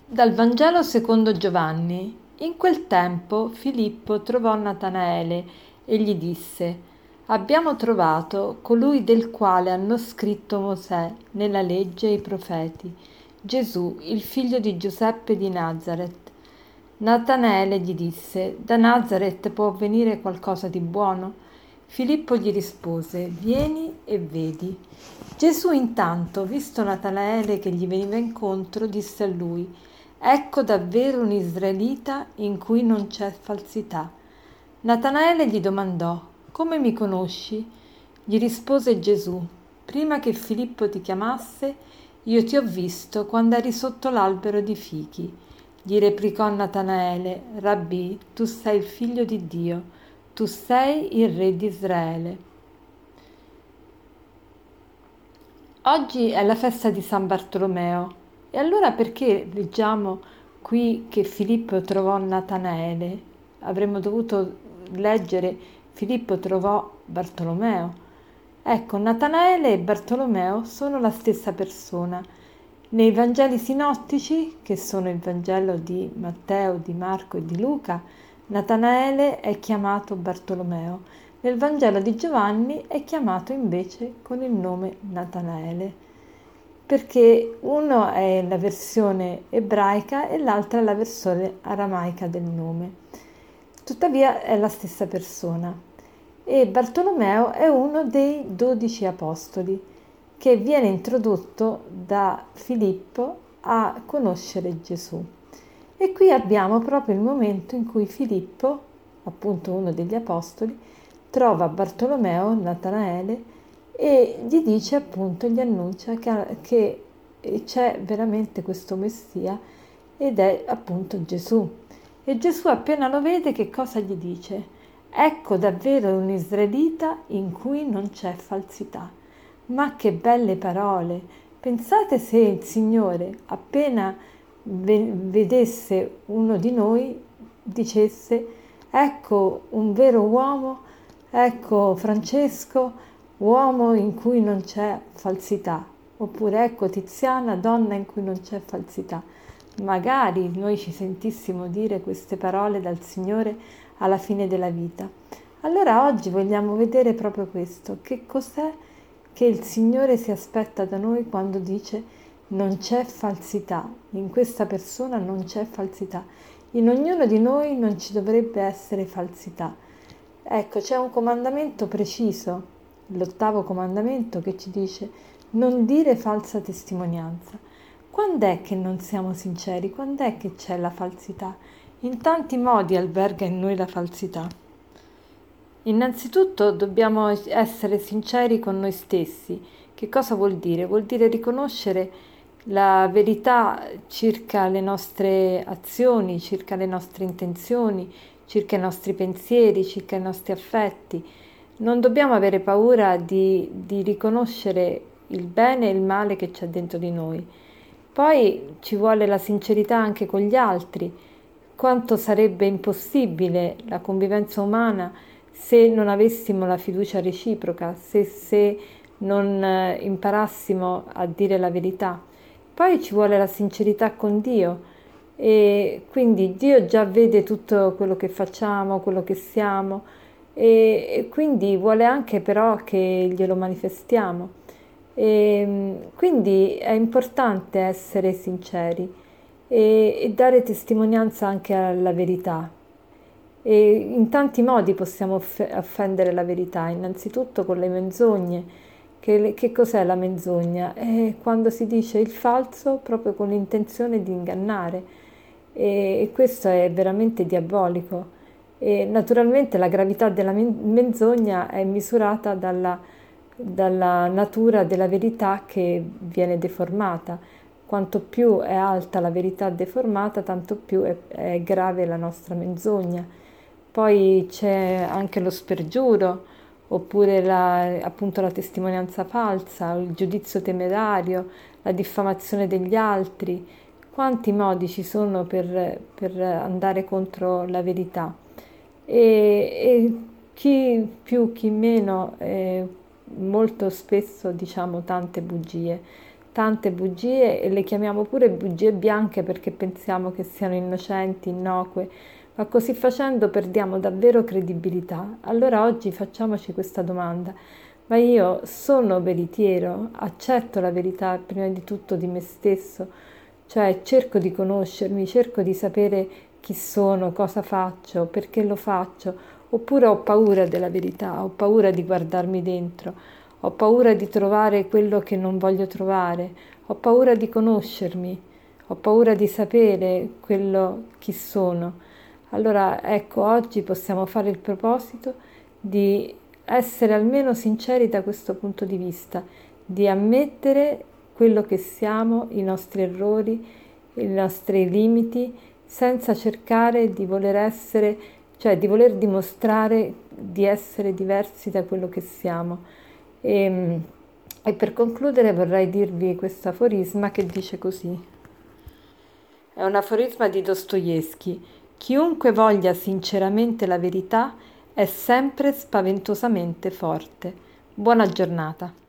Dal Vangelo secondo Giovanni. In quel tempo Filippo trovò Natanaele e gli disse: Abbiamo trovato colui del quale hanno scritto Mosè nella legge e i profeti, Gesù, il figlio di Giuseppe di Nazaret. Natanaele gli disse: Da Nazaret può venire qualcosa di buono? Filippo gli rispose: Vieni e vedi. Gesù intanto, visto Natanaele che gli veniva incontro, disse a lui: Ecco davvero un israelita in cui non c'è falsità. Natanaele gli domandò: Come mi conosci? Gli rispose Gesù: Prima che Filippo ti chiamasse, io ti ho visto quando eri sotto l'albero di fichi. Gli replicò Natanaele: Rabbì, tu sei il figlio di Dio, tu sei il re di Israele. Oggi è la festa di San Bartolomeo. E allora perché leggiamo qui che Filippo trovò Natanaele? Avremmo dovuto leggere Filippo trovò Bartolomeo. Ecco, Natanaele e Bartolomeo sono la stessa persona. Nei Vangeli sinottici, che sono il Vangelo di Matteo, di Marco e di Luca, Natanaele è chiamato Bartolomeo. Nel Vangelo di Giovanni è chiamato invece con il nome Natanaele, perché uno è la versione ebraica e l'altra è la versione aramaica del nome. Tuttavia è la stessa persona. E Bartolomeo è uno dei 12 apostoli che viene introdotto da Filippo a conoscere Gesù. E qui abbiamo proprio il momento in cui Filippo, appunto uno degli apostoli, trova Bartolomeo, Natanaele, e gli dice appunto, gli annuncia che c'è veramente questo Messia ed è appunto Gesù. E Gesù appena lo vede che cosa gli dice? Ecco davvero un israelita in cui non c'è falsità. Ma che belle parole! Pensate se il Signore appena vedesse uno di noi dicesse: ecco un vero uomo, ecco Francesco, uomo in cui non c'è falsità, oppure ecco Tiziana, donna in cui non c'è falsità. Magari noi ci sentissimo dire queste parole dal Signore alla fine della vita. Allora oggi vogliamo vedere proprio questo, che cos'è che il Signore si aspetta da noi quando dice non c'è falsità, in questa persona non c'è falsità, in ognuno di noi non ci dovrebbe essere falsità. Ecco, c'è un comandamento preciso, l'8° comandamento, che ci dice non dire falsa testimonianza. Quando è che non siamo sinceri? Quando è che c'è la falsità? In tanti modi alberga in noi la falsità. Innanzitutto dobbiamo essere sinceri con noi stessi. Che cosa vuol dire? Vuol dire riconoscere la verità circa le nostre azioni, circa le nostre intenzioni, circa i nostri pensieri, circa i nostri affetti. Non dobbiamo avere paura di riconoscere il bene e il male che c'è dentro di noi. Poi ci vuole la sincerità anche con gli altri. Quanto sarebbe impossibile la convivenza umana se non avessimo la fiducia reciproca, se non imparassimo a dire la verità. Poi ci vuole la sincerità con Dio, e quindi Dio già vede tutto quello che facciamo, quello che siamo, e quindi vuole anche però che glielo manifestiamo. Quindi è importante essere sinceri e dare testimonianza anche alla verità. E in tanti modi possiamo offendere la verità, innanzitutto con le menzogne. Che cos'è la menzogna? È quando si dice il falso proprio con l'intenzione di ingannare, e questo è veramente diabolico. E naturalmente la gravità della menzogna è misurata dalla natura della verità che viene deformata. Quanto più è alta la verità deformata, tanto più è grave la nostra menzogna. Poi c'è anche lo spergiuro, oppure appunto la testimonianza falsa, il giudizio temerario, la diffamazione degli altri. Quanti modi ci sono per andare contro la verità? E chi più, chi meno, molto spesso diciamo tante bugie. tante bugie e le chiamiamo pure bugie bianche perché pensiamo che siano innocenti, innocue, ma così facendo perdiamo davvero credibilità. Allora oggi facciamoci questa domanda: ma io sono veritiero? Accetto la verità prima di tutto di me stesso? Cioè cerco di conoscermi, cerco di sapere chi sono, cosa faccio, perché lo faccio, oppure ho paura della verità, ho paura di guardarmi dentro, ho paura di trovare quello che non voglio trovare, ho paura di conoscermi, ho paura di sapere quello chi sono. Allora, ecco, oggi possiamo fare il proposito di essere almeno sinceri da questo punto di vista, di ammettere quello che siamo, i nostri errori, i nostri limiti, senza cercare di voler essere, cioè di voler dimostrare di essere diversi da quello che siamo. E, e per concludere vorrei dirvi questo aforisma che dice così. È un aforisma di Dostoevskij. Chiunque voglia sinceramente la verità è sempre spaventosamente forte. Buona giornata.